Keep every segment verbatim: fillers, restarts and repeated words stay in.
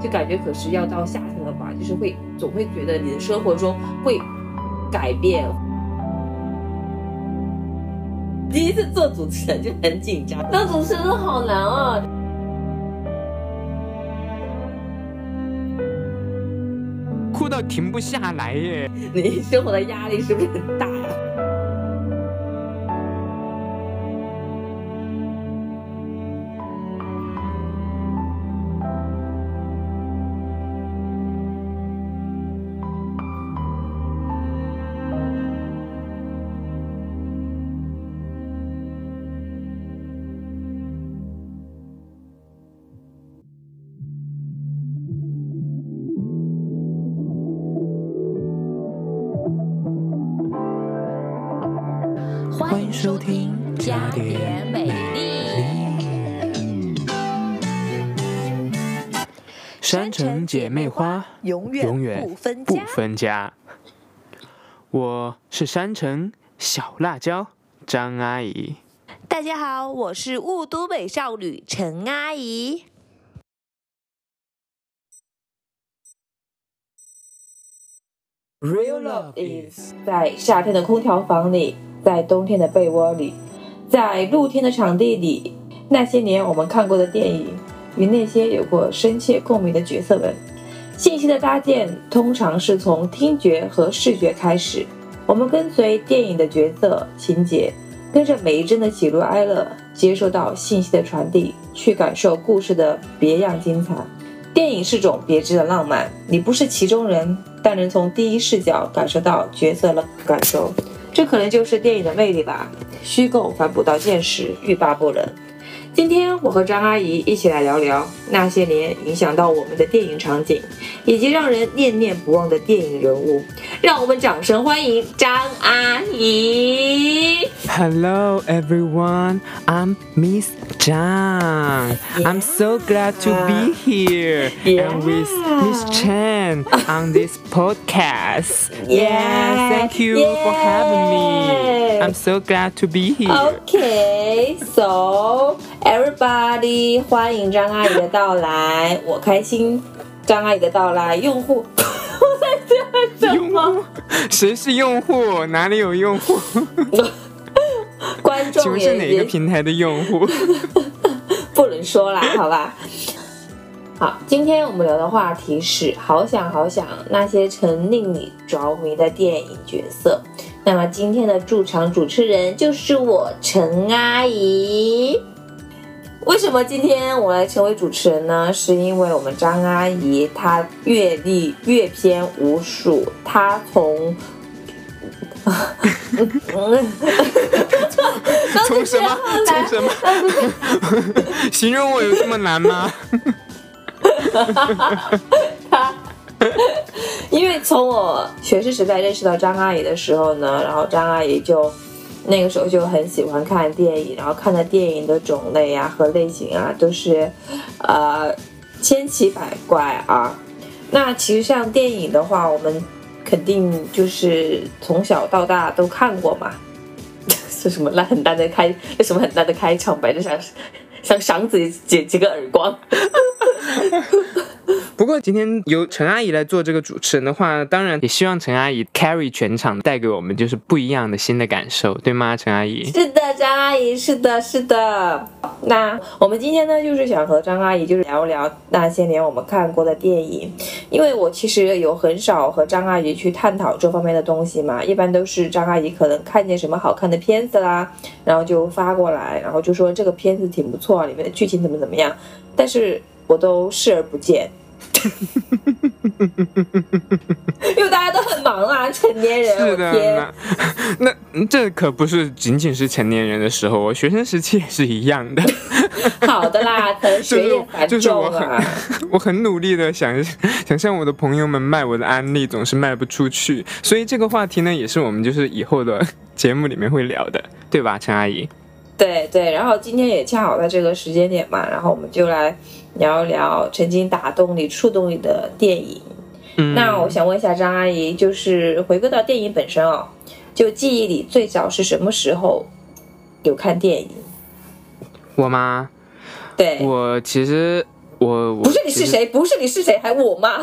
就感觉可是要到夏天了吧，就是会总会觉得你的生活中会改变。第一次做主持人就很紧张，当主持人好难啊。 哭到停不下来耶！ 你生活的压力是不是很大呀？ 欢迎收听加点美丽，山城姐妹花永远永远不分不家。 分家。我是山城小辣椒张阿姨。 大家好，我是雾都美少女陈阿姨。 Real love is 在夏天的空调房里，在冬天的被窝里，在露天的场地里，那些年我们看过的电影，与那些有过深切共鸣的角色们。信息的搭建通常是从听觉和视觉开始，我们跟随电影的角色情节，跟着每一帧的喜怒哀乐，接收到信息的传递，去感受故事的别样精彩。电影是种别致的浪漫，你不是其中人，但能从第一视角感受到角色的感受，这可能就是电影的魅力吧。虚构反哺到现实，欲罢不能。今天我和张阿姨一起来聊聊那些年影响到我们的电影场景，以及让人念念不忘的电影人物。让我们掌声欢迎张阿姨。 Hello everyone, I'm Miss Zhang. I'm so glad to be here Yeah. and with Miss Chen on this podcast. Yeah. Yeah, thank you for having me. I'm so glad to be here. Okay, so everybody 欢迎张阿姨的到来，我开心张阿姨的到来。用户，我在这什么？ 谁是用户？哪里有用户？ 观请众也问是哪个平台的用户？ 不能说啦，好吧。好，今天我们聊的话题是好想好想那些曾令你着迷的电影角色。那么今天的驻场主持人就是我陈阿姨。为什么今天我来成为主持人呢？是因为我们张阿姨她阅历阅片无数，她从从什么？从什么？形容我有这么难吗？ 他因为从我学生时代认识到张阿姨的时候呢，然后张阿姨就那个时候就很喜欢看电影，然后看的电影的种类啊和类型啊都是呃千奇百怪啊。那其实像电影的话，我们肯定就是从小到大都看过嘛。是什么烂很大的开？这什么很大的开场白？就想想赏自己几几个耳光。 不过今天由陈阿姨来做这个主持人的话，当然也希望陈阿姨 carry 全场，带给我们就是不一样的新的感受，对吗？陈阿姨？ 是的，张阿姨，是的，是的。那我们今天呢，就是想和张阿姨就是聊聊那些年我们看过的电影，因为我其实有很少和张阿姨去探讨这方面的东西嘛，一般都是张阿姨可能看见什么好看的片子啦，然后就发过来，然后就说这个片子挺不错，里面的剧情怎么怎么样，但是我都视而不见。因为大家都很忙啊，成年人。 是的，那那这可不是仅仅是成年人的时候，我学生时期也是一样的。 好的啦，可能学业繁就是重啊。 我很努力的想想向我的朋友们卖我的安利，总是卖不出去，所以这个话题呢，也是我们就是以后的节目里面会聊的，对吧，陈阿姨？ 对对，然后今天也恰好在这个时间点嘛，然后我们就来聊一聊曾经打动你、触动你的电影。嗯，那我想问一下张阿姨，就是回归到电影本身哦，就记忆里最早是什么时候有看电影？ 我吗？ 对， 我其实我我不是你是谁？不是你是谁？还我吗？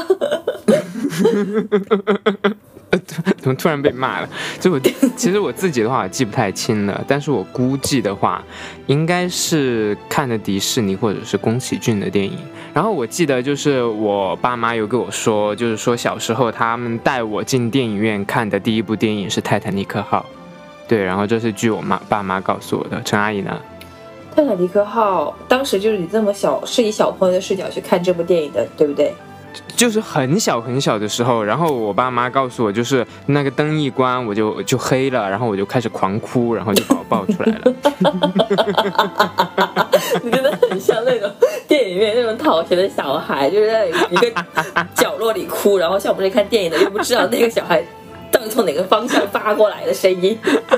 怎么突然被骂了？就我其实我自己的话我记不太清了，但是我估计的话，应该是看的迪士尼或者是宫崎骏的电影。然后我记得就是我爸妈有跟我说，就是说小时候他们带我进电影院看的第一部电影是《泰坦尼克号》。对，然后这是据我妈爸妈告诉我的。陈阿姨呢？ 泰坦尼克号当时就是你这么小，是以小朋友的视角去看这部电影的，对不对？ 就是很小很小的时候，然后我爸妈告诉我，就是那个灯一关我就就黑了，然后我就开始狂哭，然后就把我抱出来了。 你真的很像那种电影院那种讨钱的小孩，就是在一个角落里哭，然后像我们这看电影的又不知道那个小孩到底从哪个方向发过来的声音。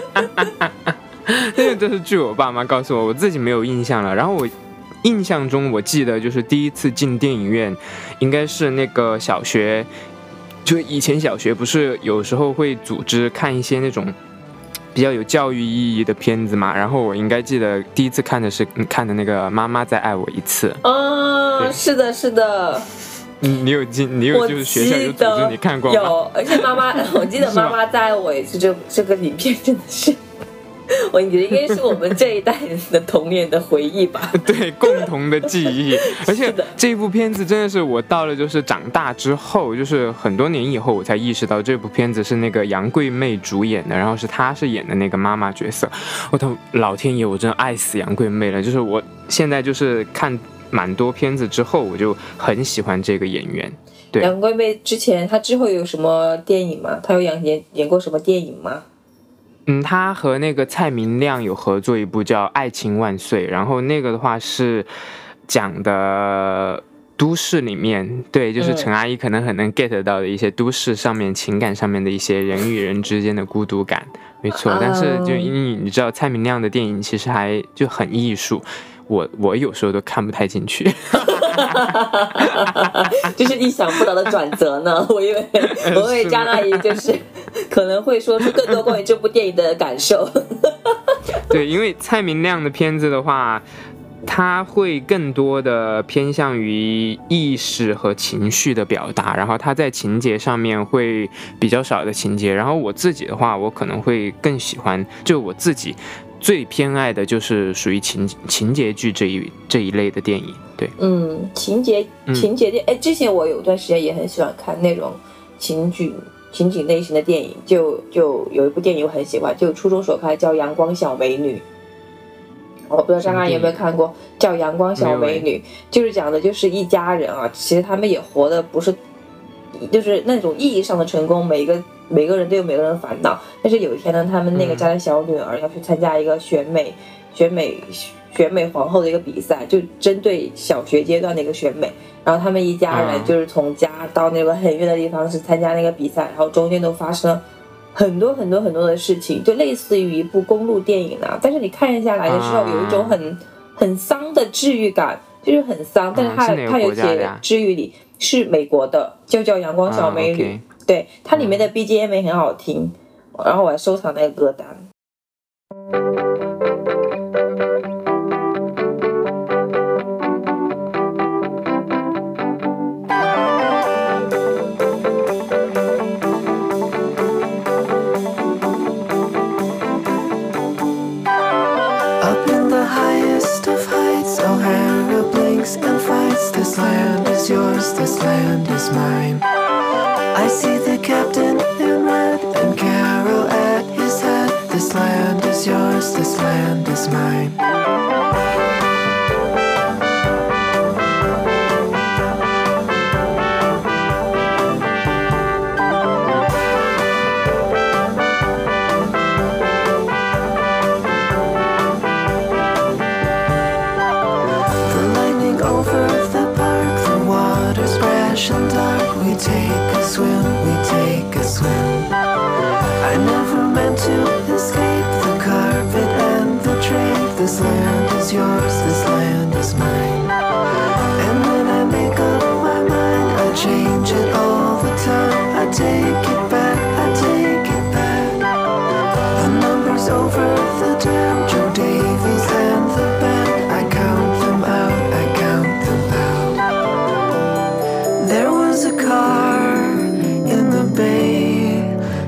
那个就是据我爸妈告诉我，我自己没有印象了。然后我印象中我记得就是第一次进电影院应该是那个小学，就以前小学不是有时候会组织看一些那种比较有教育意义的片子嘛，然后我应该记得第一次看的是看的那个妈妈再爱我一次。 啊，是的是的。 嗯，你有进你有就是学校有组织你看过吗？ 有，而且妈妈我记得妈妈再爱我一次这这个影片真的是我觉得应该是我们这一代人的童年的回忆吧。 对，共同的记忆。而且这一部片子真的是我到了就是长大之后，就是很多年以后我才意识到这部片子是那个杨贵媚主演的，然后是她是演的那个妈妈角色。我的老天爷，我真的爱死杨贵媚了。就是我现在就是看蛮多片子之后，我就很喜欢这个演员。对， 杨贵媚之前她之后有什么电影吗？她有演演演过什么电影吗？ 嗯，他和那个蔡明亮有合作一部叫《爱情万岁》，然后那个的话是讲的都市里面，对，就是陈阿姨可能很能 get 到的一些都市上面情感上面的一些人与人之间的孤独感，没错。但是就因为你知道蔡明亮的电影其实还就很艺术，我我有时候都看不太进去。 就是意想不到的转折呢。我以为我以为张阿姨就是可能会说出更多关于这部电影的感受。 对，因为蔡明亮的片子的话，他会更多的偏向于意识和情绪的表达，然后他在情节上面会比较少的情节。然后我自己的话，我可能会更喜欢，就我自己最偏爱的就是属于情情节剧这一这一类的电影。对， 嗯，情节情节电，哎、嗯，之前我有段时间也很喜欢看那种情景情景类型的电影，就就有一部电影我很喜欢，就初中所看叫《阳光小美女》。我不知道张阿姨有没有看过，叫《阳光小美女》，就是讲的就是一家人啊，其实他们也活的不是，就是那种意义上的成功，每一个每个人都有每个人的烦恼。但是有一天呢，他们那个家的小女儿要去参加一个选美、选美、选美皇后的一个比赛，就针对小学阶段的一个选美。然后他们一家人就是从家到那个很远的地方是参加那个比赛，然后中间都发生了很多很多很多的事情，就类似于一部公路电影啊。但是你看下来的时候，有一种很很丧的治愈感，就是很丧，但是它、嗯、它有些治愈力，是美国的，就叫《阳光小美女》啊 okay 对，它里面的 B G M 也很好听，然后我还收藏那个歌单。 This land is mine. I see the captain in red and Carol at his head. This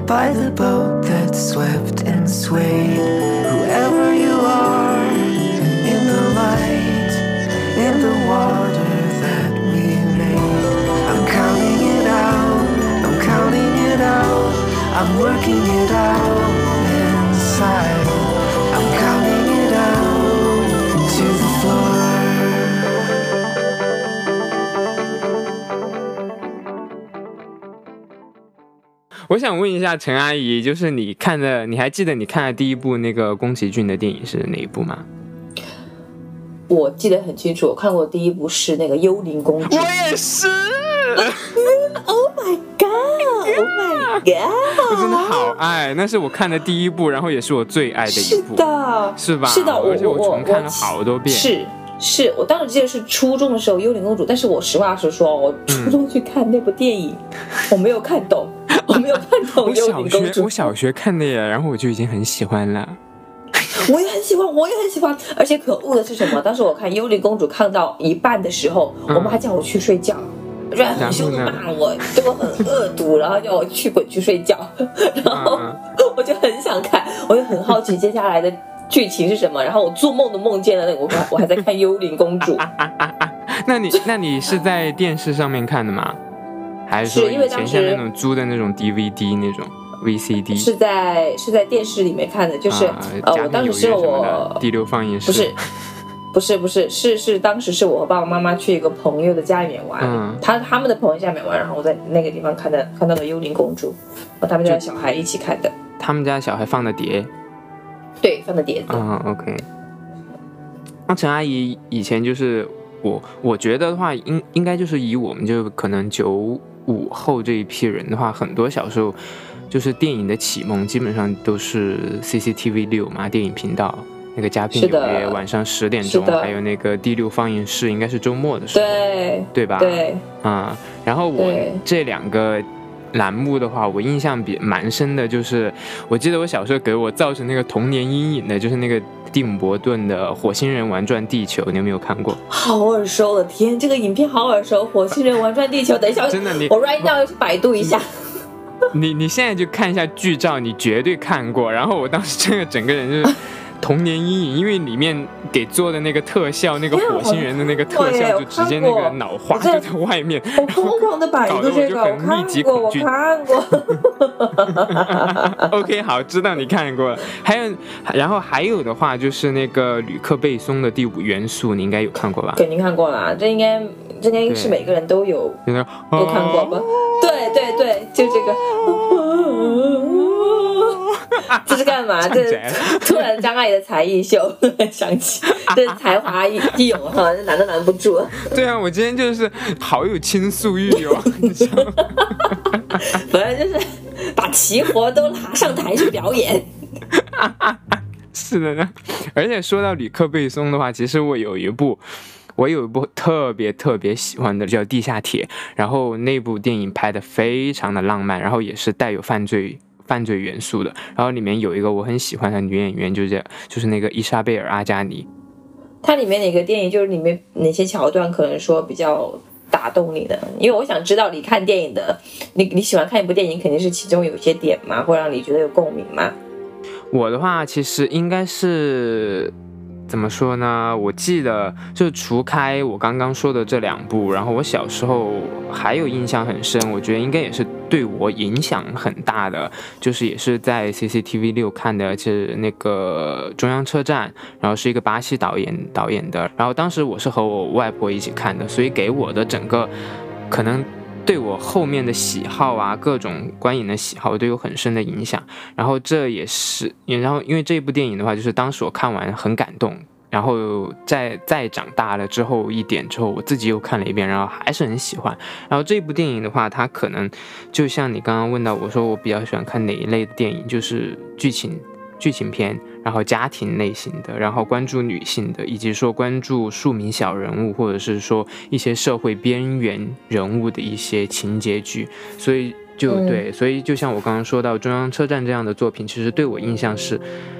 by the boat that swept and swayed. Whoever you are, in the light, in the water that we made. I'm counting it out, I'm counting it out, I'm working it out inside. I'm counting it out to the floor. 我想问一下陈阿姨，就是你看的，你还记得你看的第一部那个宫崎骏的电影是哪一部吗？ 我记得很清楚，我看过第一部是那个《幽灵公主》。 我也是。 Oh my god! Oh my god! 我真的好爱，那是我看的第一部，然后也是我最爱的一部。 是的， 是吧？ 是的， 而且我重看了好多遍。 是。是我当时记得是初中的时候《幽灵公主》，但是我实话实说，我初中去看那部电影，嗯、我没有看懂，我没有看懂《幽灵公主》。 我小学看的耶，然后我就已经很喜欢了。 我也很喜欢，我也很喜欢，而且可恶的是什么？当时我看《幽灵公主》看到一半的时候，嗯、我妈叫我去睡觉，居然很凶的骂我，对我很恶毒，然后叫我去滚去睡觉，然后我就很想看，我就很好奇接下来的剧情是什么，然后我做梦都梦见了那个，我还我还在看《幽灵公主》啊啊啊啊。 那你那你是在电视上面看的吗？还是说以前像那种租的那种 D V D 那种 V C D？ 是在是在电视里面看的，就是、啊、呃，我当时是我第六放映室， 不是不是不是是是当时是我和爸爸妈妈去一个朋友的家里面玩，嗯、他他们的朋友家里面玩，然后我在那个地方看的看到了《幽灵公主》，和他们家的小孩一起看的。 他们家小孩放的碟。 对，放的碟子。 嗯 ，OK。那陈阿姨以前就是我，我觉得的话，应应该就是以我们就可能九五后这一批人的话，很多小时候就是电影的启蒙，基本上都是 C C T V 六嘛，电影频道那个佳片纽约晚上十点钟，还有那个第六放映室，应该是周末的时候， 对对吧？ 对， 啊、嗯，然后我这两个栏目的话，我印象比蛮深的，就是我记得我小时候给我造成那个童年阴影的，就是那个蒂姆·伯顿的《火星人玩转地球》，你有没有看过？ 好耳熟的天，这个影片好耳熟，《火星人玩转地球》。等一下， 真的，你我 right now 要去百度一下。 你你现在就看一下剧照，你绝对看过。然后我当时这个整个人就是童年阴影，因为里面给做的那个特效，那个火星人的那个特效，就直接那个脑花就在外面。 我疯狂的百度这个，我看过，我看过。 OK， 好，知道你看过了。还有，然后还有的话就是那个吕克贝松的《第五元素》，你应该有看过吧？ 肯定看过啦，这应该这应该是每个人都有都看过吧？对对对，就这个。这是干嘛？这是突然张阿姨的才艺秀想起，这是才华一涌哈，这难都难不住。 对啊，我今天就是好有倾诉欲哦，你知道吗？ 反正就是把齐活都拿上台去表演。 是的呢，而且说到吕克贝松的话，其实我有一部。我有一部特别特别喜欢的叫《地下铁》，然后那部电影拍得非常的浪漫，然后也是带有犯罪犯罪元素的。然后里面有一个我很喜欢的女演员，就是就是那个伊莎贝尔·阿加尼。 它里面哪个电影就是里面哪些桥段可能说比较打动你的？因为我想知道你看电影的，你你喜欢看一部电影，肯定是其中有些点嘛，会让你觉得有共鸣嘛。 我的话其实应该是。怎么说呢？我记得就除开我刚刚说的这两部，然后我小时候还有印象很深，我觉得应该也是对我影响很大的，就是也是在 C C T V 六看的，就是那个中央车站，然后是一个巴西导演导演的，然后当时我是和我外婆一起看的，所以给我的整个可能对我后面的喜好啊，各种观影的喜好都有很深的影响。然后这也是，然后因为这一部电影的话，就是当时我看完很感动，然后再再长大了之后一点之后，我自己又看了一遍，然后还是很喜欢。然后这一部电影的话，它可能就像你刚刚问到我说，我比较喜欢看哪一类的电影，就是剧情。剧情片，然后家庭类型的，然后关注女性的，以及说关注庶民小人物，或者是说一些社会边缘人物的一些情节剧。所以就对，所以就像我刚刚说到中央车站这样的作品，其实对我印象是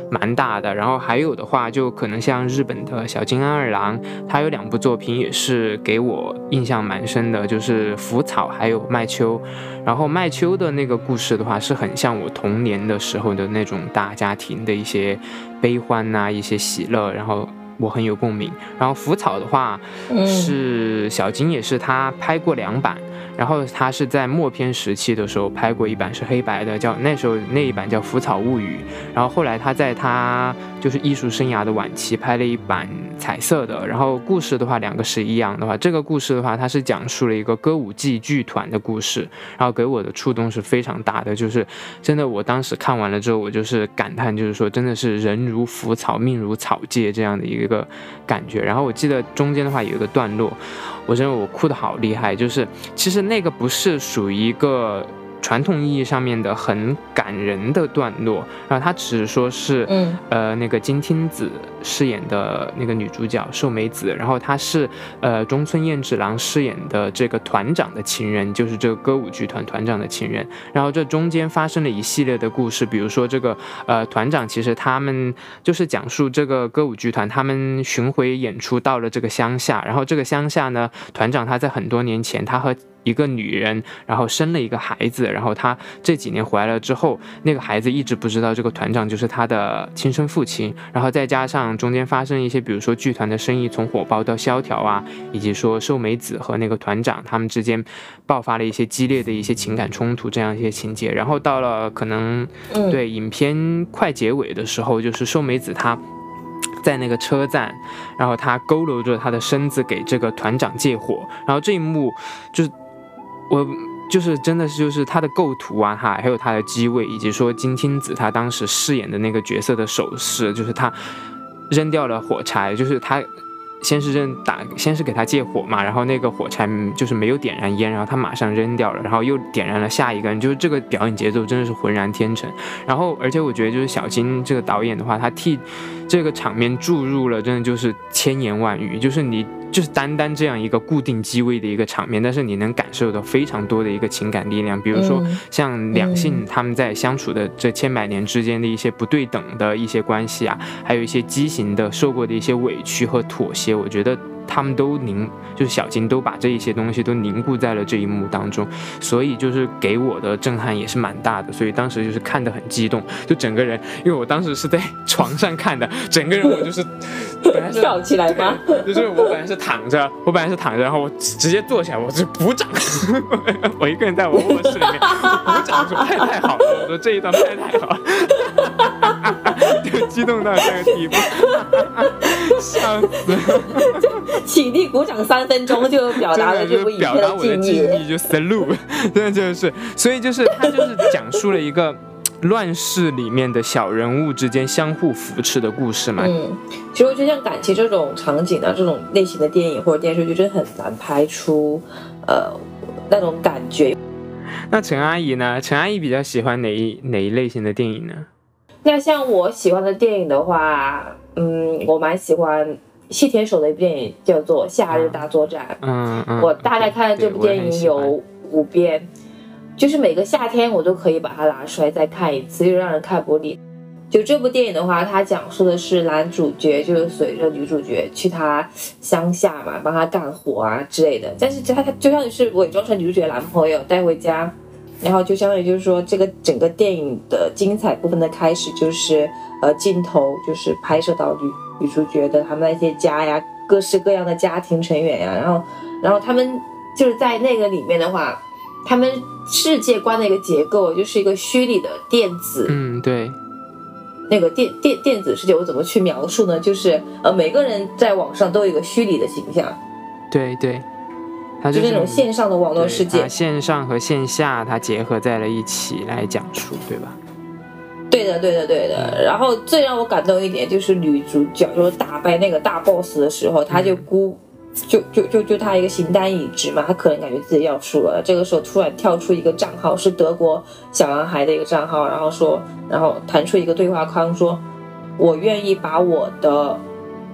蛮大的。然后还有的话，就可能像日本的小津安二郎，他有两部作品也是给我印象蛮深的，就是《腐草》还有《麦秋》。然后《麦秋》的那个故事的话，是很像我童年的时候的那种大家庭的一些悲欢啊，一些喜乐，然后我很有共鸣。然后《腐草》的话，是小津也是他拍过两版。然后他是在默片时期的时候拍过一版是黑白的，叫那时候那一版叫《腐草物语》。然后后来他在他就是艺术生涯的晚期拍了一版彩色的。然后故事的话，两个是一样的话，这个故事的话，它是讲述了一个歌舞伎剧团的故事，然后给我的触动是非常大的，就是真的我当时看完了之后，我就是感叹，就是说真的是人如腐草，命如草芥这样的一个感觉。然后我记得中间的话有一个段落，我真的我哭得好厉害，就是其实那个不是属于一个传统意义上面的很感人的段落，然后他只是说是，嗯，呃，那个金听子饰演的那个女主角寿美子，然后她是呃中村燕治郎饰演的这个团长的情人，就是这个歌舞剧团团长的情人。然后这中间发生了一系列的故事，比如说这个呃团长其实他们就是讲述这个歌舞剧团他们巡回演出到了这个乡下，然后这个乡下呢，团长他在很多年前他和一个女人，然后生了一个孩子，然后他这几年回来了之后，那个孩子一直不知道这个团长就是他的亲生父亲，然后再加上中间发生一些，比如说剧团的生意从火爆到萧条啊，以及说寿美子和那个团长他们之间爆发了一些激烈的一些情感冲突这样一些情节，然后到了可能对影片快结尾的时候，就是寿美子她在那个车站，然后她佝偻着她的身子给这个团长借火，然后这一幕就是我就是真的是就是他的构图啊，他还有他的机位，以及说金听子他当时饰演的那个角色的手势，就是他扔掉了火柴，就是他先是扔打先是给他借火嘛，然后那个火柴就是没有点燃烟，然后他马上扔掉了，然后又点燃了下一个人，就是这个表演节奏真的是浑然天成。然后而且我觉得就是小津这个导演的话，他替这个场面注入了真的就是千言万语，就是你就是单单这样一个固定机位的一个场面，但是你能感受到非常多的一个情感力量，比如说像两性他们在相处的这千百年之间的一些不对等的一些关系啊，还有一些畸形的受过的一些委屈和妥协，我觉得他们都凝，就是小津都把这一些东西都凝固在了这一幕当中，所以就是给我的震撼也是蛮大的，所以当时就是看得很激动，就整个人，因为我当时是在床上看的，整个人我就是本来是跳起来吗？ 就是我本来是躺着，我本来是躺着，然后我直接坐起来，我就鼓掌，我一个人在我卧室里面，我鼓掌说太太好了，我说这一段拍太好了，就激动到这个地步，笑死。 起立鼓掌三分钟，就表达了这部影片的敬意， 就 salute， 真的就是，所以就是他就是讲述了一个乱世里面的小人物之间相互扶持的故事嘛。 嗯，其实我觉得像感情这种场景啊，这种类型的电影或者电视剧，真的很难拍出呃那种感觉。 那陈阿姨呢？陈阿姨比较喜欢哪一哪一类型的电影呢？ 那像我喜欢的电影的话，嗯，我蛮喜欢细田守的一部电影叫做《夏日大作战》。 嗯嗯， 我大概看了这部电影有五遍，就是每个夏天我都可以把它拿出来再看一次，就让人看不腻。就这部电影的话，它讲述的是男主角就是随着女主角去他乡下嘛，帮他干活啊之类的，但是他他就像是伪装成女主角男朋友带回家，然后就相当于就是说这个整个电影的精彩部分的开始就是呃镜头就是拍摄到女女主角的他们那些家呀，各式各样的家庭成员呀，然后然后他们就是在那个里面的话，他们世界观的一个结构就是一个虚拟的电子， 嗯，对。 那个电电电子世界我怎么去描述呢？就是呃每个人在网上都有一个虚拟的形象， 对对，它就就是那种线上的网络世界， 线上和线下它结合在了一起来讲述，对吧？ 对的对的对的。然后最让我感动一点就是女主角就是打败那个大 boss 的时候，她就孤、嗯、就就就就她一个形单影只嘛，她可能感觉自己要输了，这个时候突然跳出一个账号是德国小男孩的一个账号，然后说然后弹出一个对话框说，我愿意把我的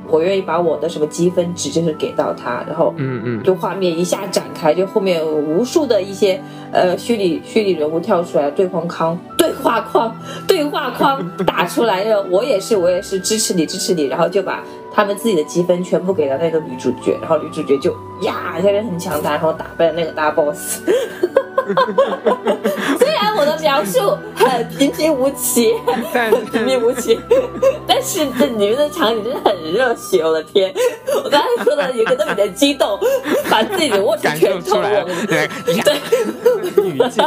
我愿意把我的什么积分值就是给到他，然后嗯嗯， 就画面一下展开，就后面有无数的一些呃虚拟虚拟人物跳出来，对话框对话框对话框打出来，我也是我也是支持你支持你，然后就把他们自己的积分全部给了那个女主角，然后女主角就呀，这人很强大，然后打败了那个大 boss。虽然我的描述很平平无奇，很平平无奇，但是这里面的场景真的很热血，我的天！我刚才说的有个那么的激动，把自己的握持拳头，我对对，语气。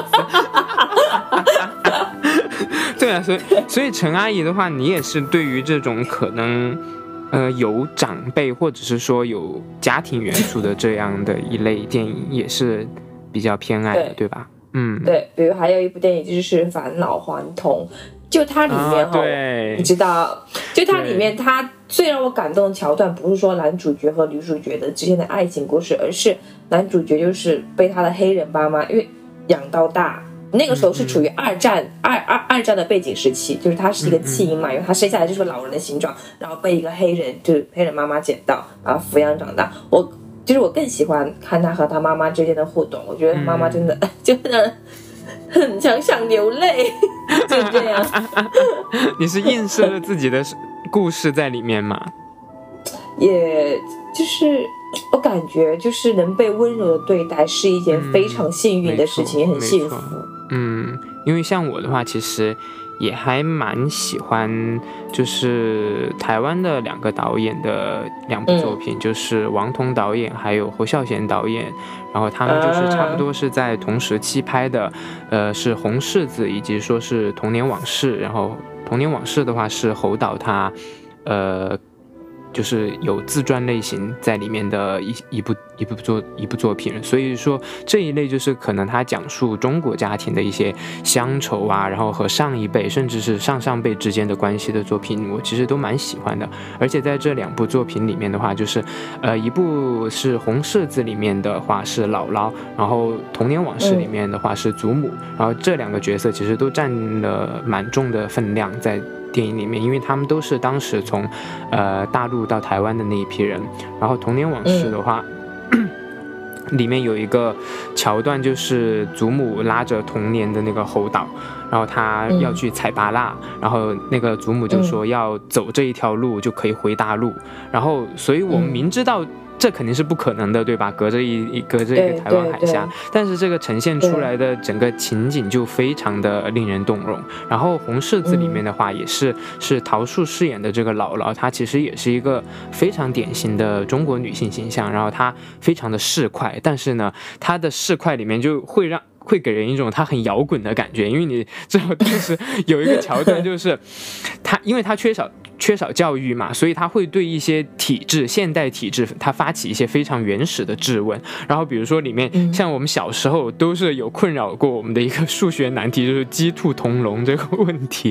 对啊，所以所以陈阿姨的话，你也是对于这种可能。呃，有长辈或者是说有家庭元素的这样的一类电影，也是比较偏爱的， 对, 对吧？嗯， 对，比如还有一部电影就是《返老还童》，就它里面哈、 啊， 你知道，就它里面它最让我感动的桥段，不是说男主角和女主角的之间的爱情故事，而是男主角就是被他的黑人妈妈因为养到大。那个时候是处于二战、嗯、二二二战的背景时期，就是他是一个弃婴嘛，因为他生下来就是老人的形状，然后被一个黑人就是黑人妈妈捡到，然后抚养长大。我就是我更喜欢看他和他妈妈之间的互动，我觉得他妈妈真的、嗯、就很很想想流泪，就这样。 你是映射了自己的故事在里面吗？ 也就是我感觉就是能被温柔的对待是一件非常幸运的事情、嗯、也很幸福。 嗯，因为像我的话其实也还蛮喜欢就是台湾的两个导演的两部作品、嗯、就是王童导演还有侯孝贤导演，然后他们就是差不多是在同时期拍的、啊、呃，是红柿子以及说是童年往事，然后童年往事的话是侯导他呃就是有自传类型在里面的一一部一部作一部作品，所以说这一类就是可能他讲述中国家庭的一些乡愁啊，然后和上一辈甚至是上上辈之间的关系的作品，我其实都蛮喜欢的。而且在这两部作品里面的话，就是呃一部是红柿子里面的话是姥姥，然后童年往事里面的话是祖母、嗯、然后这两个角色其实都占了蛮重的分量在电影里面，因为他们都是当时从呃大陆到台湾的那一批人。然后童年往事的话、嗯、里面有一个桥段，就是祖母拉着童年的那个侯导，然后他要去采芭乐、嗯、然后那个祖母就说要走这一条路就可以回大陆、嗯、然后所以我们明知道这肯定是不可能的，对吧？隔着一隔着一个台湾海峡，但是这个呈现出来的整个情景就非常的令人动容。然后红柿子里面的话，也是、嗯、是陶树饰演的这个姥姥，她其实也是一个非常典型的中国女性形象，然后她非常的市侩，但是呢，她的市侩里面就会让。会给人一种他很摇滚的感觉，因为你知道当时有一个桥段就是他因为他缺少缺少教育嘛，所以他会对一些体制现代体制他发起一些非常原始的质问。然后比如说里面像我们小时候都是有困扰过我们的一个数学难题，就是鸡兔同笼这个问题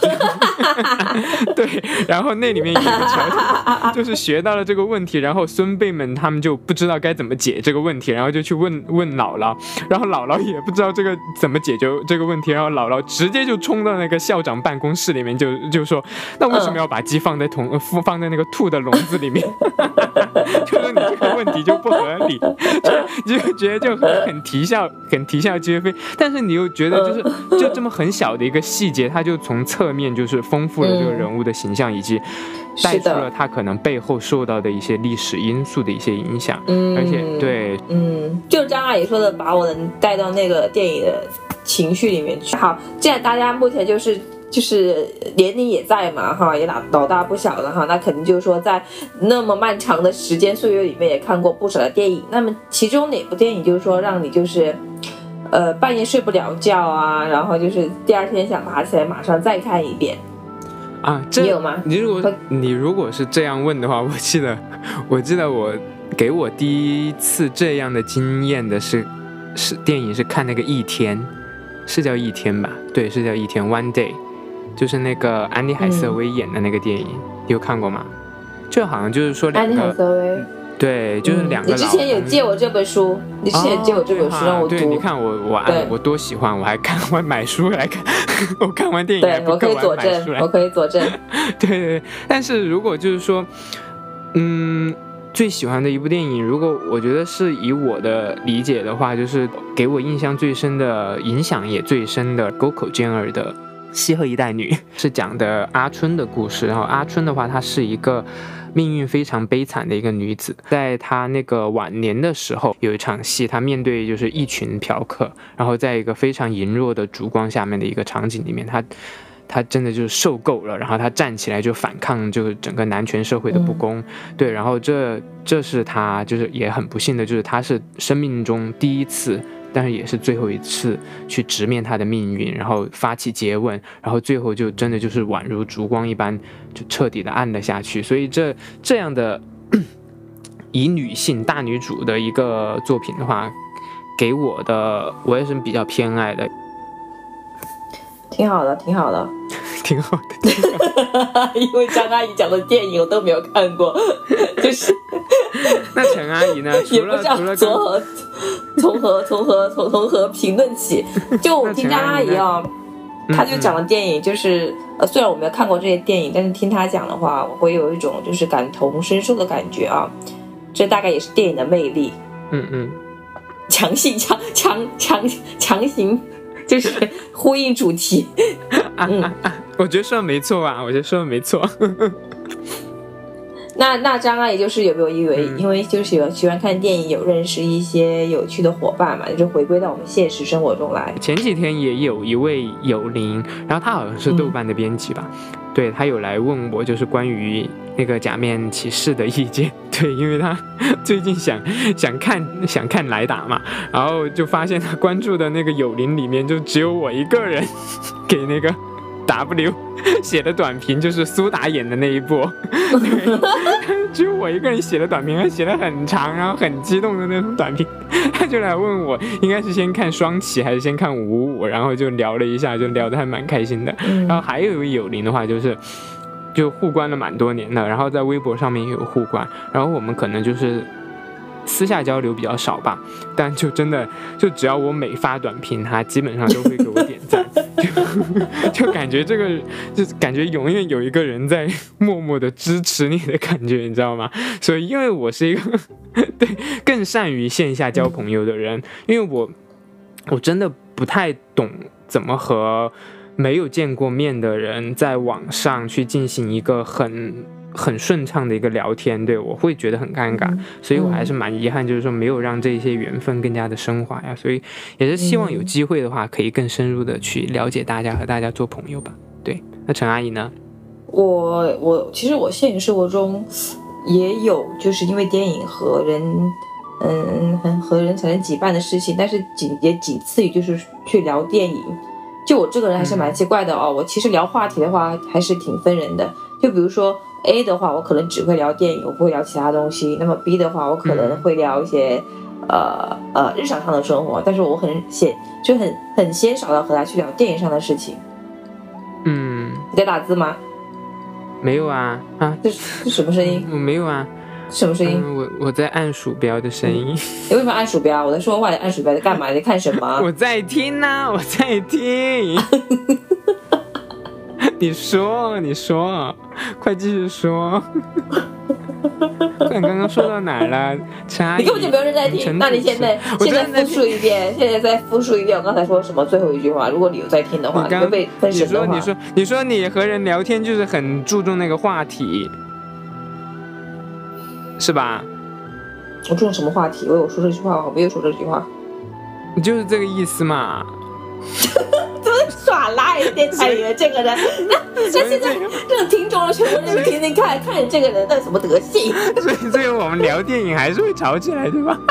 对，然后那里面有一个桥段就是学到了这个问题，然后孙辈们他们就不知道该怎么解这个问题，然后就去问问姥姥，然后姥姥也不知道这个怎么解决这个问题，然后姥姥直接就冲到那个校长办公室里面，就就说那为什么要把鸡放在同、呃、放在那个兔的笼子里面就是你这个问题就不合理，就就觉得就很很啼笑很啼笑皆非，但是你又觉得就是就这么很小的一个细节，它就从侧面就是丰富了这个人物的形象、嗯、以及带出了他可能背后受到的一些历史因素的一些影响、嗯、而且对嗯，就是张阿姨说的把我能带到那个电影的情绪里面去。好，既然大家目前就是就是年龄也在嘛哈，也老老大不小了哈，那肯定就是说在那么漫长的时间岁月里面也看过不少的电影。那么其中哪部电影就是说让你就是呃半夜睡不了觉啊，然后就是第二天想爬起来马上再看一遍啊？这你有吗？ 你如果你如果是这样问的话，我记得我记得我给我第一次这样的经验的是是电影是看那个一天，是叫一天吧？对，是叫一天 One Day， 就是那个安妮海瑟薇演的那个电影、嗯、你有看过吗？就好像就是说两个安妮海瑟薇，对，就是两个、嗯、 你之前有借我这本书，你之前有借我这本书、哦、让我读。 对，你看我我爱我多喜欢，我还看完买书来看我看完电影还不看完买书来， 我可以佐证，我可以佐证对对对，但是如果就是说嗯，最喜欢的一部电影，如果我觉得是以我的理解的话，就是给我印象最深的、影响也最深的沟口健二的《西河一代女》，是讲的阿春的故事。然后阿春的话，她是一个命运非常悲惨的一个女子，在她那个晚年的时候，有一场戏，她面对就是一群嫖客，然后在一个非常羸弱的烛光下面的一个场景里面，她他真的就是受够了，然后他站起来就反抗，就是整个男权社会的不公，嗯、对，然后这这是他就是也很不幸的，就是他是生命中第一次，但是也是最后一次去直面他的命运，然后发起诘问，然后最后就真的就是宛如烛光一般，就彻底的暗了下去。所以这这样的以女性大女主的一个作品的话，给我的我也是比较偏爱的。 挺好的，挺好的， 挺好的。挺好的因为张阿姨讲的电影我都没有看过，就是那陈阿姨呢？除了除了从何从何从何从从何评论起？就我听张阿姨啊，她就讲的电影，就是呃，虽然我没有看过这些电影，但是听她讲的话，我会有一种就是感同身受的感觉啊。这大概也是电影的魅力。 嗯嗯， 强行强强强强行。就是呼应主题， 嗯，啊啊、我觉得说的没错啊，我觉得说的没错。 那那张阿姨就是有没有因为、嗯、因为就是喜欢喜欢看电影，有认识一些有趣的伙伴嘛，就是回归到我们现实生活中来。 前几天也有一位友邻，然后他好像是豆瓣的编辑吧，嗯、对他有来问我，就是关于那个假面骑士的意见。对，因为他最近想想看想看莱达嘛，然后就发现他关注的那个友邻里面就只有我一个人给那个 W 写的短评，就是苏打演的那一部，只有我一个人写的短评，还写得很长，然后很激动的那种短评。他就来问我应该是先看双旗还是先看五五，然后就聊了一下，就聊得还蛮开心的。然后还有一位友邻的话，就是就互关了蛮多年的，然后在微博上面也有互关，然后我们可能就是私下交流比较少吧，但就真的就只要我每发短评，他基本上都会给我点赞，就就感觉这个就感觉永远有一个人在默默的支持你的感觉，你知道吗？所以因为我是一个对更善于线下交朋友的人，因为我我真的不太懂怎么和没有见过面的人在网上去进行一个很很顺畅的一个聊天，对，我会觉得很尴尬，所以我还是蛮遗憾，就是说没有让这些缘分更加的升华呀，所以也是希望有机会的话可以更深入的去了解大家，和大家做朋友吧。对，那陈阿姨呢？ 我我其实我现实生活中也有就是因为电影和人嗯和人产生羁绊的事情，但是仅也仅次于就是去聊电影。就我这个人还是蛮奇怪的哦，我其实聊话题的话还是挺分人的，就比如说 A 的话我可能只会聊电影，我不会聊其他东西，那么 B 的话我可能会聊一些、嗯、呃呃日常上的生活，但是我很鲜就很很鲜少的和他去聊电影上的事情。 嗯， 你在打字吗？ 没有啊啊， 这是什么声音？ 我没有啊。 什么声音？ 嗯、我我在按鼠标的声音。 你为什么按鼠标？我在说话，你按鼠标在干嘛？你在看什么？ 我在听啊，我在听。你说，你说，快继续说。你刚刚说到哪儿了？ 你根本就没有人在听。那你现在现在复述一遍，现在再复述一遍我刚才说什么最后一句话。如果你有在听的话，你会被分审的话。 你说，你说，你说你和人聊天就是很注重那个话题。是吧？ 我注重什么话题？我有说这句话，我没有说这句话。 你就是这个意思嘛？ 怎么耍赖电台里的这个人？那那现在这种听众全部人听听看看这个人的什么德性？ 所以，所以我们聊电影还是会吵起来，对吧？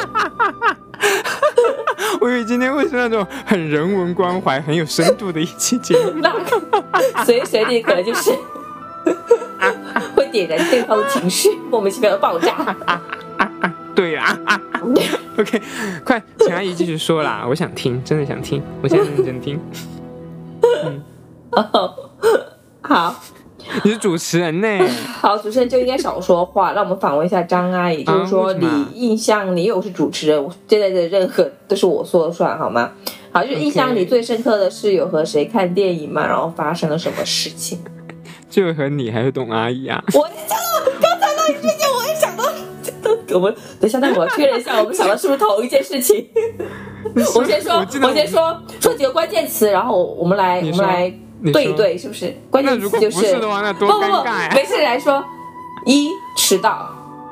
我以为今天会是那种很人文关怀、很有深度的一期节目。 那随随地可能就是。会点燃对方的情绪，莫名其妙的爆炸。 啊啊啊、对啦、啊、，OK， 快，陈阿姨继续说啦，我想听，真的想听，我现在认真听。嗯， 哦，好， 你是主持人呢。 好，主持人就应该少说话。让我们访问一下张阿姨，就是说你印象，你又是主持人，现在的任何都是我说了算，好吗？好，就是印象里最深刻的是有和谁看电影吗？然后发生了什么事情？ 就和你还有董阿姨啊？ 我讲了刚才那一句我们等一下，那我要确认一下，我们想的是不是同一件事情？我先说，我先说说几个关键词，然后我们来我们来对一对，是不是？关键词就是， 那如果不是的话，那多尴尬呀！ 不不不，没事来说，一迟到，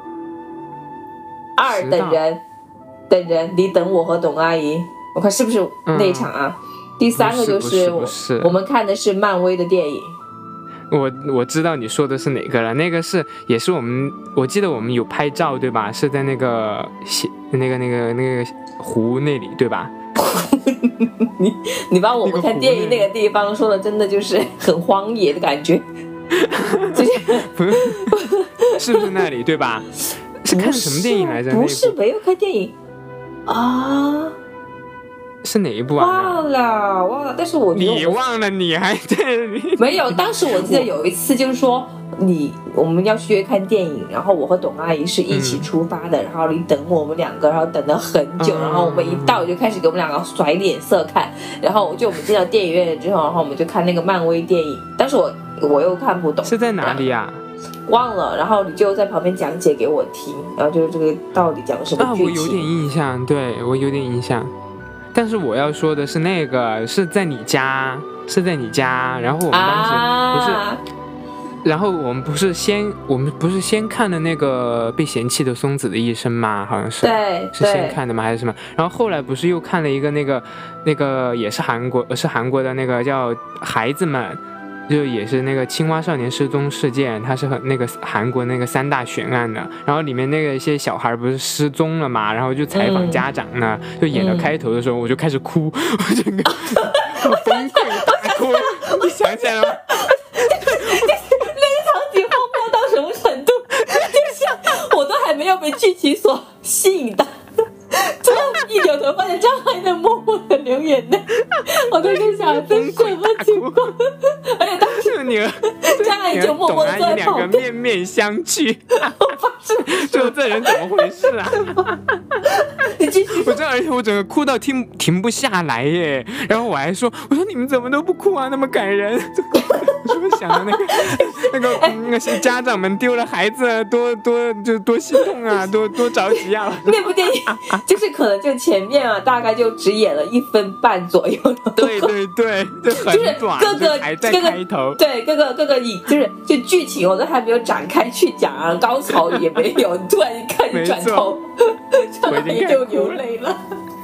二等人，等人，你等我和董阿姨，我看是不是那一场啊？嗯、第三个就是不是不是我们看的是漫威的电影。 我我知道你说的是哪个了，那个是也是我们，我记得我们有拍照对吧？是在那个那个那个那个湖那里对吧？ 你你把我们看电影那个地方说的真的就是很荒野的感觉， 不是是不是那里对吧？是看什么电影来着？ 不是没有看电影啊。 是哪一部啊？ 忘了忘了，但是我觉得我你忘了，你还对没有。当时我记得有一次，就是说你我们要去约看电影，然后我和董阿姨是一起出发的，嗯、然后你等我们两个，然后等了很久，嗯、然后我们一到就开始给我们两个甩脸色看，然后就我们进到电影院之后，然后我们就看那个漫威电影，但是我我又看不懂， 是在哪里啊？ 忘了，然后你就在旁边讲解给我听，然后就是这个到底讲什么剧情？ 啊，我有点印象，对我有点印象。但是我要说的是那个是在你家，是在你家，然后我们当时不是，啊、然后我们不是先我们不是先看的那个被嫌弃的松子的一生吗？好像是， 对， 是先看的吗？还是什么？然后后来不是又看了一个那个那个也是韩国，是韩国的那个叫孩子们。就也是那个青蛙少年失踪事件，它是很那个韩国那个三大悬案的，然后里面那个一些小孩不是失踪了嘛，然后就采访家长呢，嗯、就演到开头的时候，我就开始哭，我整个我崩溃大哭，你想起来了吗？ 那个场景荒谬到什么程度？就是我都还没有被剧情所吸引到。最后一扭头发现张翰在默默的流眼泪，我都在想这是什么情况？而且当时你张翰就默默的坐在旁边， 两个面面相觑，就这人怎么回事啊？ 你继续， 我这而且我整个哭到停停不下来耶，然后我还说，我说你们怎么都不哭啊，那么感人。我就想到那个那个那些家长们丢了孩子，多多就多心痛啊，多多着急啊。 那部电影就是可能就前面啊，大概就只演了一分半左右。 对对对，就很短， 就是各个还在开头。 对，各个各个影就是就剧情我都还没有展开去讲啊，高潮也没有，突然一看就转头，张翰就流泪了。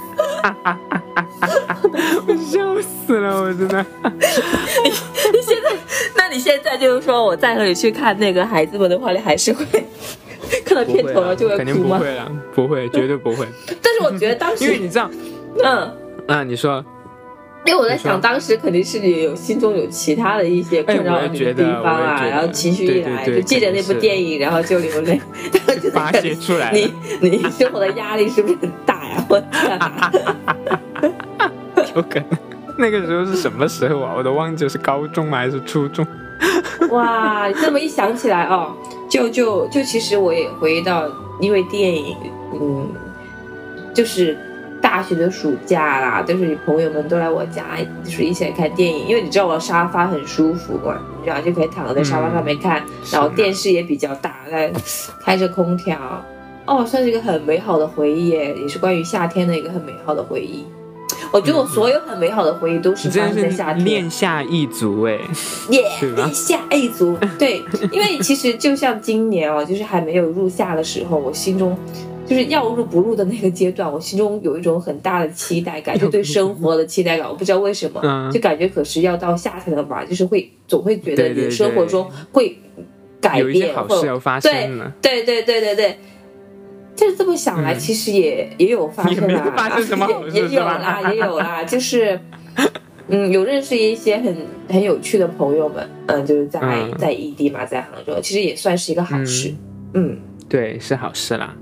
我笑死了，我真的。 你你现在，那你现在就是说，我再和你去看那个孩子们的话，你还是会看到片头了就会哭吗？ 肯定不会了，不会，绝对不会。 但是我觉得当时， 因为你知道， 嗯啊，你说。 因为我在想，当时肯定是你有心中有其他的一些困扰你的地方啊，然后情绪一来，就借着那部电影，然后就流泪，然后就发泄出来。 你你生活的压力是不是很大呀？我天哪！ 有可能那个时候是什么时候啊？我都忘记是高中吗还是初中？ 哇，你这么一想起来哦，就就就其实我也回忆到，因为电影，嗯，就是。大学的暑假啦，就是朋友们都来我家，就是一起来看电影。因为你知道我沙发很舒服嘛，然后就可以躺在沙发上面看，嗯、然后电视也比较大，在开着空调，哦，算是一个很美好的回忆耶，也是关于夏天的一个很美好的回忆。我觉得我所有很美好的回忆都是发生在夏天。 恋夏一族哎， 耶，恋夏一族，对，因为其实就像今年哦，就是还没有入夏的时候，我心中。就是要入不入的那个阶段，我心中有一种很大的期待感，就对生活的期待感，我不知道为什么，嗯、就感觉可是要到夏天了吧，就是会总会觉得你生活中会改变， 有一些好事要发生了。 对对对对对对，就是这么想来，嗯、其实也也有发生啦，也没有发生什么好事， 也也有啦，也有啦，就是嗯，有认识一些很很有趣的朋友们，嗯，就是在、嗯、在异地嘛，在杭州，其实也算是一个好事，嗯， 嗯对，是好事啦。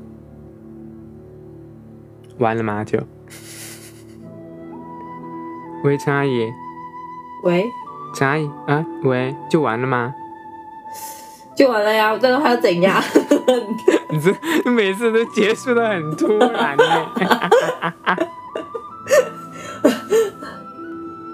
完了吗？就，喂，陈阿姨， 喂， 陈阿姨啊，喂，就完了吗？ 就完了呀，那还要怎样？ 你这你每次都结束的很突然呢。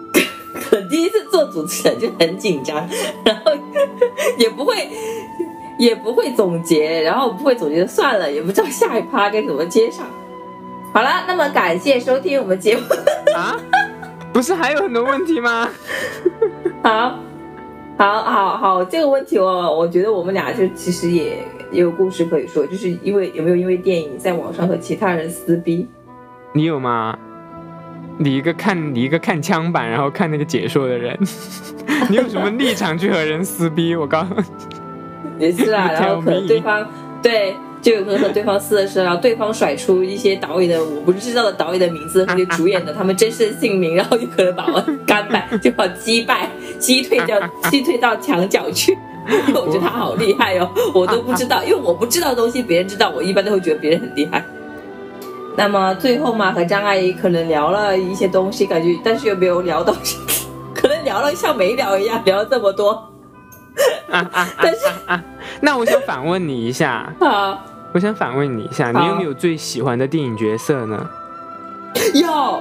可第一次做主持人就很紧张，然后也不会也不会总结，然后不会总结就算了，也不知道下一趴该怎么接上。好了，那么感谢收听我们节目啊，不是还有很多问题吗？ 好，好，好，好，这个问题哦，我觉得我们俩就其实也也有故事可以说，就是因为有没有因为电影在网上和其他人撕逼？ 你有吗？你一个看你一个看枪版，然后看那个解说的人，你有什么立场去和人撕逼？我告诉你， 也是啊，然后可能对方对。就有可能和对方撕的时候，然后对方甩出一些导演的我不知道的导演的名字和主演的他们真实的姓名，然后就可能把我干败，就把我击败、击退掉、击退到墙角去。因为我觉得他好厉害哦，我都不知道，因为我不知道的东西别人知道，我一般都会觉得别人很厉害。那么最后嘛，和张阿姨可能聊了一些东西，感觉但是又没有聊到，可能聊了像没聊一样，聊了这么多。 啊啊、但是、啊啊啊、那我想反问你一下啊。 我想反问你一下，你有没有最喜欢的电影角色呢？ 要，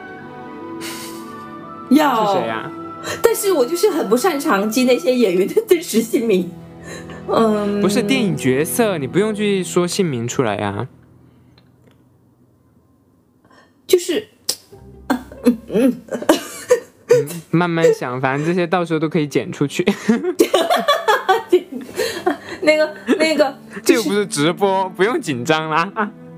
要是谁呀、啊？ 但是我就是很不擅长记那些演员的真实姓名。嗯， 不是电影角色，你不用去说姓名出来呀、啊。 就是，嗯嗯嗯， 慢慢想，反正这些到时候都可以剪出去。 那个那个， 这又不是直播，不用紧张啦。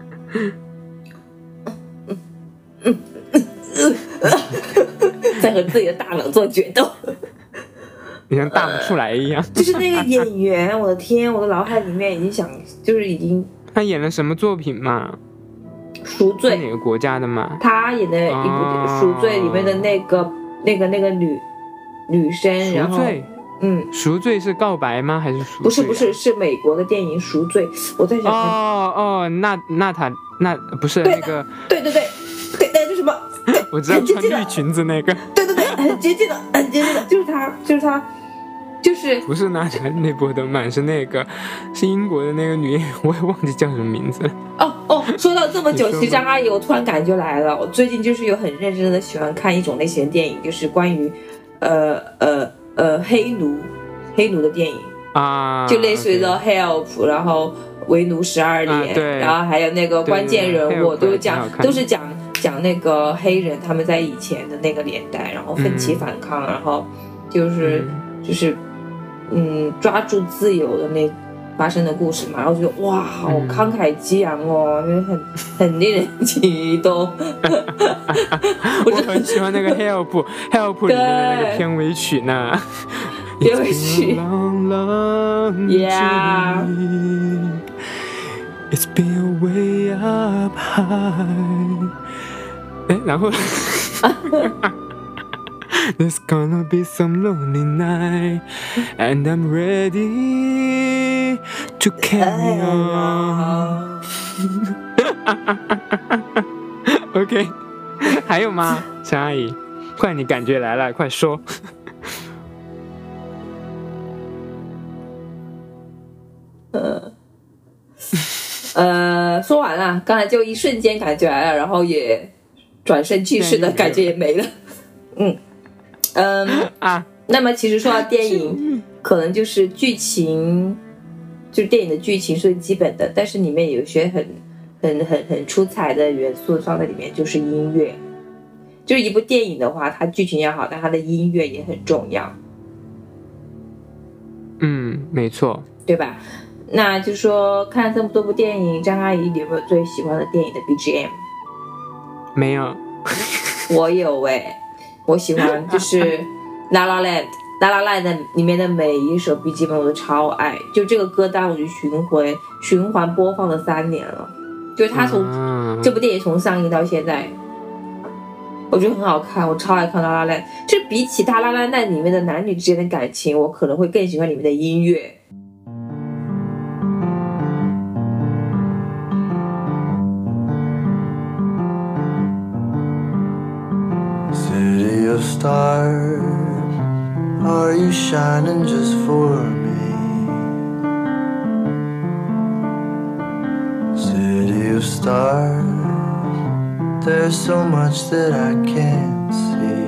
在和自己的大脑做决斗， 你像大不出来一样。 就是那个演员，我的天，我的脑海里面已经想，就是已经。 他演了什么作品嘛？ 赎罪。 哪个国家的嘛？ 他演的一部《赎罪》里面的那个、哦、那个那个女女生，然后。嗯， 赎罪是告白吗？还是赎罪、啊？ 不是不是，是美国的电影《赎罪》。我在想看。 哦哦，那那他那不是那个？ 对对对对，那就什么？ 我知道穿绿裙子那个。 对对对，很接近的，很接近的，就是他，就是他，就是不是娜塔莉波德曼，是那个，是英国的那个女演员，我也忘记叫什么名字了。 哦哦，说到这么久，其实张阿姨，我突然感觉来了，我最近就是有很认真的喜欢看一种类型的电影，就是关于，呃呃。呃，黑奴，黑奴的电影啊， 就类似于 The Help， 然后为奴十二年、 啊，对， 然后还有那个关键人物，都讲都是讲讲那个黑人他们在以前的那个年代，然后奋起反抗，嗯、然后就是就是嗯抓住自由的那发生的故事嘛，然后就哇，好慷慨激昂哦，就是很很令人激动。 我很喜欢那个 Help Help 里面的那个片尾曲呢。 片尾曲 ，Yeah。It's been way up high。哎，然后。There's gonna be some lonely night, and I'm ready to carry on. OK， 还有吗？陈阿姨，快，你感觉来了，快说。 呃，呃，说完了，刚才就一瞬间感觉来了，然后也转身去世的感觉也没了。嗯。嗯啊，那么其实说到电影，可能就是剧情，就是电影的剧情是最基本的，但是里面有一些很、很、很、很出彩的元素放在里面，就是音乐。就是一部电影的话，它剧情要好，但它的音乐也很重要。 嗯，没错， 对吧？那就说看这么多部电影，张阿姨有没有最喜欢的电影的 B G M？ 没有， 我有哎、欸。我喜欢就是《La La Land》，《La La Land》里面的每一首 B G M 我都超爱，就这个歌单我就循环循环播放了三年了，就是它从、嗯、这部电影从上映到现在，我觉得很好看，我超爱看《La La Land》。就比起它《La La Land》里面的男女之间的感情，我可能会更喜欢里面的音乐。 City of stars, are you shining just for me? City of stars, there's so much that I can't see.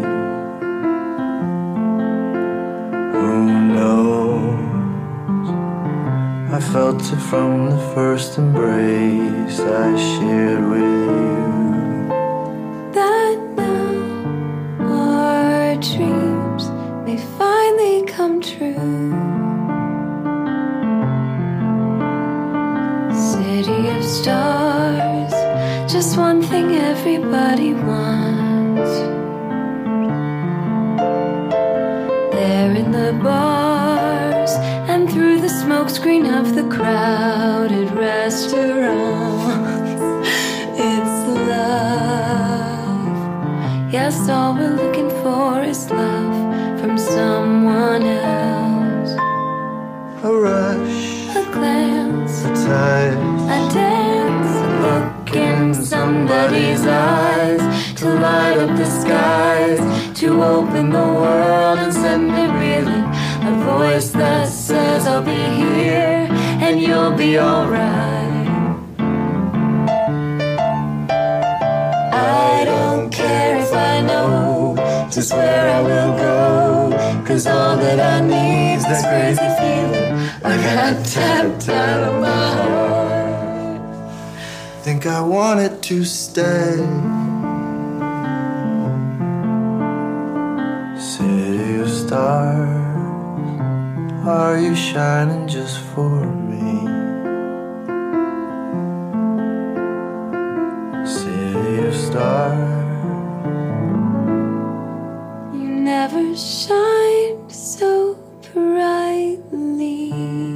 Who knows felt it from the first embrace I shared with you. That now our dreams may finally come true. City of stars, just one thing everybody wants. There in the bars and through the smokescreen of the crowded restaurants, it's love. Yes, all we're looking for is love from someone else. A rush, A glance, a touch, a dance, a look in somebody's eyes, to light up the skies, to open the world and send it reeling. A voice that says I'll be here and you'll be alright. I don't care if I know just where I will go, 'cause all that I need is this crazy feeling I got tapped out of my heart. think I wanted to stay. City of stars, are you shining just for me? City of stars, You never shined so brightly.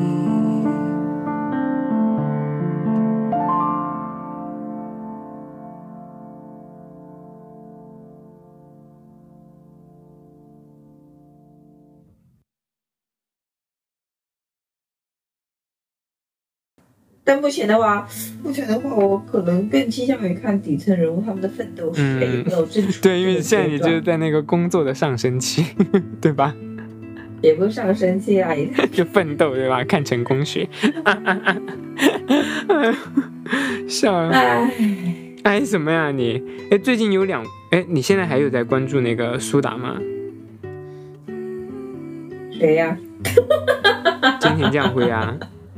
但目前的话，目前的话，我可能更倾向于看底层人物他们的奋斗史， 嗯有没有正处。 对，因为现在你就是在那个工作的上升期，对吧？ 也不是上升期啊，也就奋斗，对吧？看成功学，笑了。 唉， 哎，什么呀你？哎，最近有两，哎，你现在还有在关注那个苏打吗？ 谁呀？ 菅田将晖啊。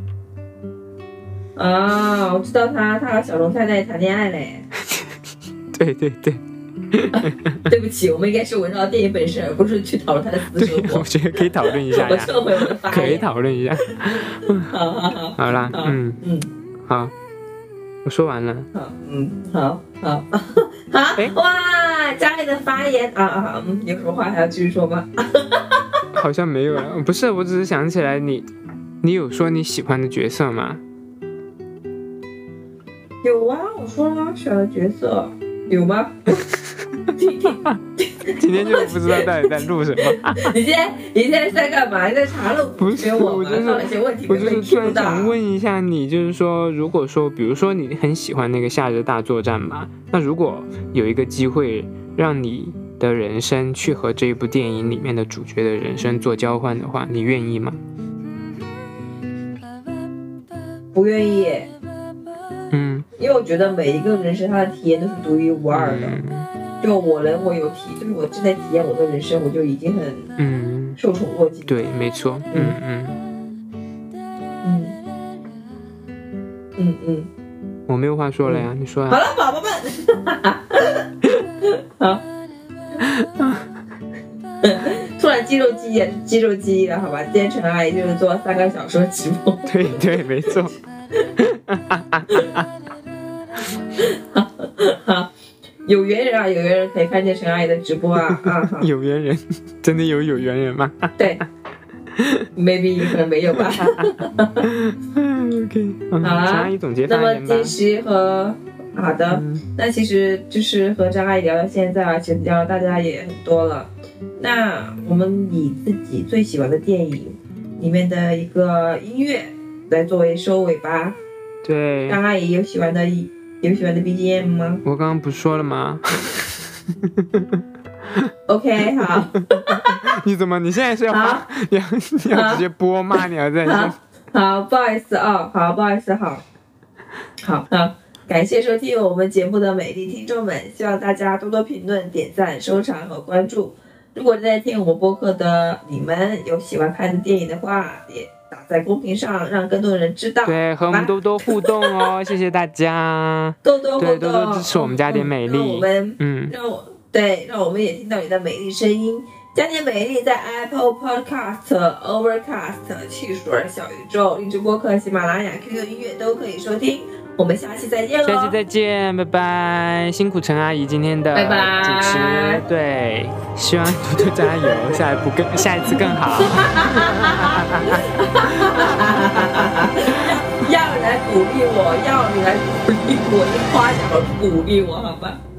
啊，我知道他，他和小龙太太谈恋爱嘞。 对对对。 对不起，我们应该是围绕电影本身，而不是去讨论他的私生对， 活我。觉得可以讨论一下我呀， 撤回我的发言。 可以讨论一下。 好好好， 好啦， 好嗯， 嗯， 好，我说完了。 好，嗯，好好好， 哎哇，家里的发言啊啊，嗯，有什么话还要继续说吗？ 好像没有了，不是，我只是想起来你，你有说你喜欢的角色吗？ 有啊，我说了选的角色有吗？ 今天就不知道到底在录什么。 你现在你现在是在干嘛？你在查漏补不是， 缺我吗？ 我就是上了一些问题我没被就是突然 Q 到。 想问一下你，就是说，如果说，比如说你很喜欢那个《夏日大作战》嘛，那如果有一个机会让你的人生去和这一部电影里面的主角的人生做交换的话，你愿意吗？ 不愿意， 嗯因为我觉得每一个人生他的体验都是独一无二的。 嗯就我能我有体，就是我正在体验我的人生，我就已经很嗯， 受宠若惊。 对，没错，嗯嗯， 嗯嗯嗯， 我没有话说了呀，你说好啊。 了，宝宝们，好。突然肌肉记忆，肌肉记忆了，好吧？今天陈阿姨就是做三个小时的直播。 对对，没错。 好，有缘人啊，有缘人可以看见陈阿姨的直播啊啊！好有缘人，真的有有缘人吗对，maybe 可能没有吧。 ？OK，嗯， 好啊陈阿姨总结发那么言吧其。实和好的， 嗯那其实就是和张阿姨聊到现在啊，其实聊到大家也很多了。那我们以自己最喜欢的电影里面的一个音乐来作为收尾吧。 对， 张阿姨有喜欢的有喜欢的 B G M 吗我刚刚不说了吗？ ？OK， 好， 你怎么？你现在是要发好， 你要你要直接播吗？你要在好，好，不好意思啊、好，不好意思，好，好，好，感谢收听我们节目的美丽听众们，希望大家多多评论、点赞、收藏和关注。如果正在听我们播客的你们有喜欢看的电影的话，也打在公屏上，让更多人知道。 对，和我们多多互动哦，谢谢大家， 多多互动， 对，多多支持我们加点美丽， 让我们， 嗯， 让我对，让我们也听到你的美丽声音。加点美丽在 Apple Podcast、Overcast、汽水、小宇宙、荔枝播客、喜马拉雅、Q Q 音乐都可以收听。我们下期再见喽！ 下期再见，拜拜！辛苦陈阿姨今天的拜拜主持，对，希望多多加油，下一步更下一次更好。 要要你来鼓励我，要你来鼓励我，你夸奖我，鼓励我，好吧？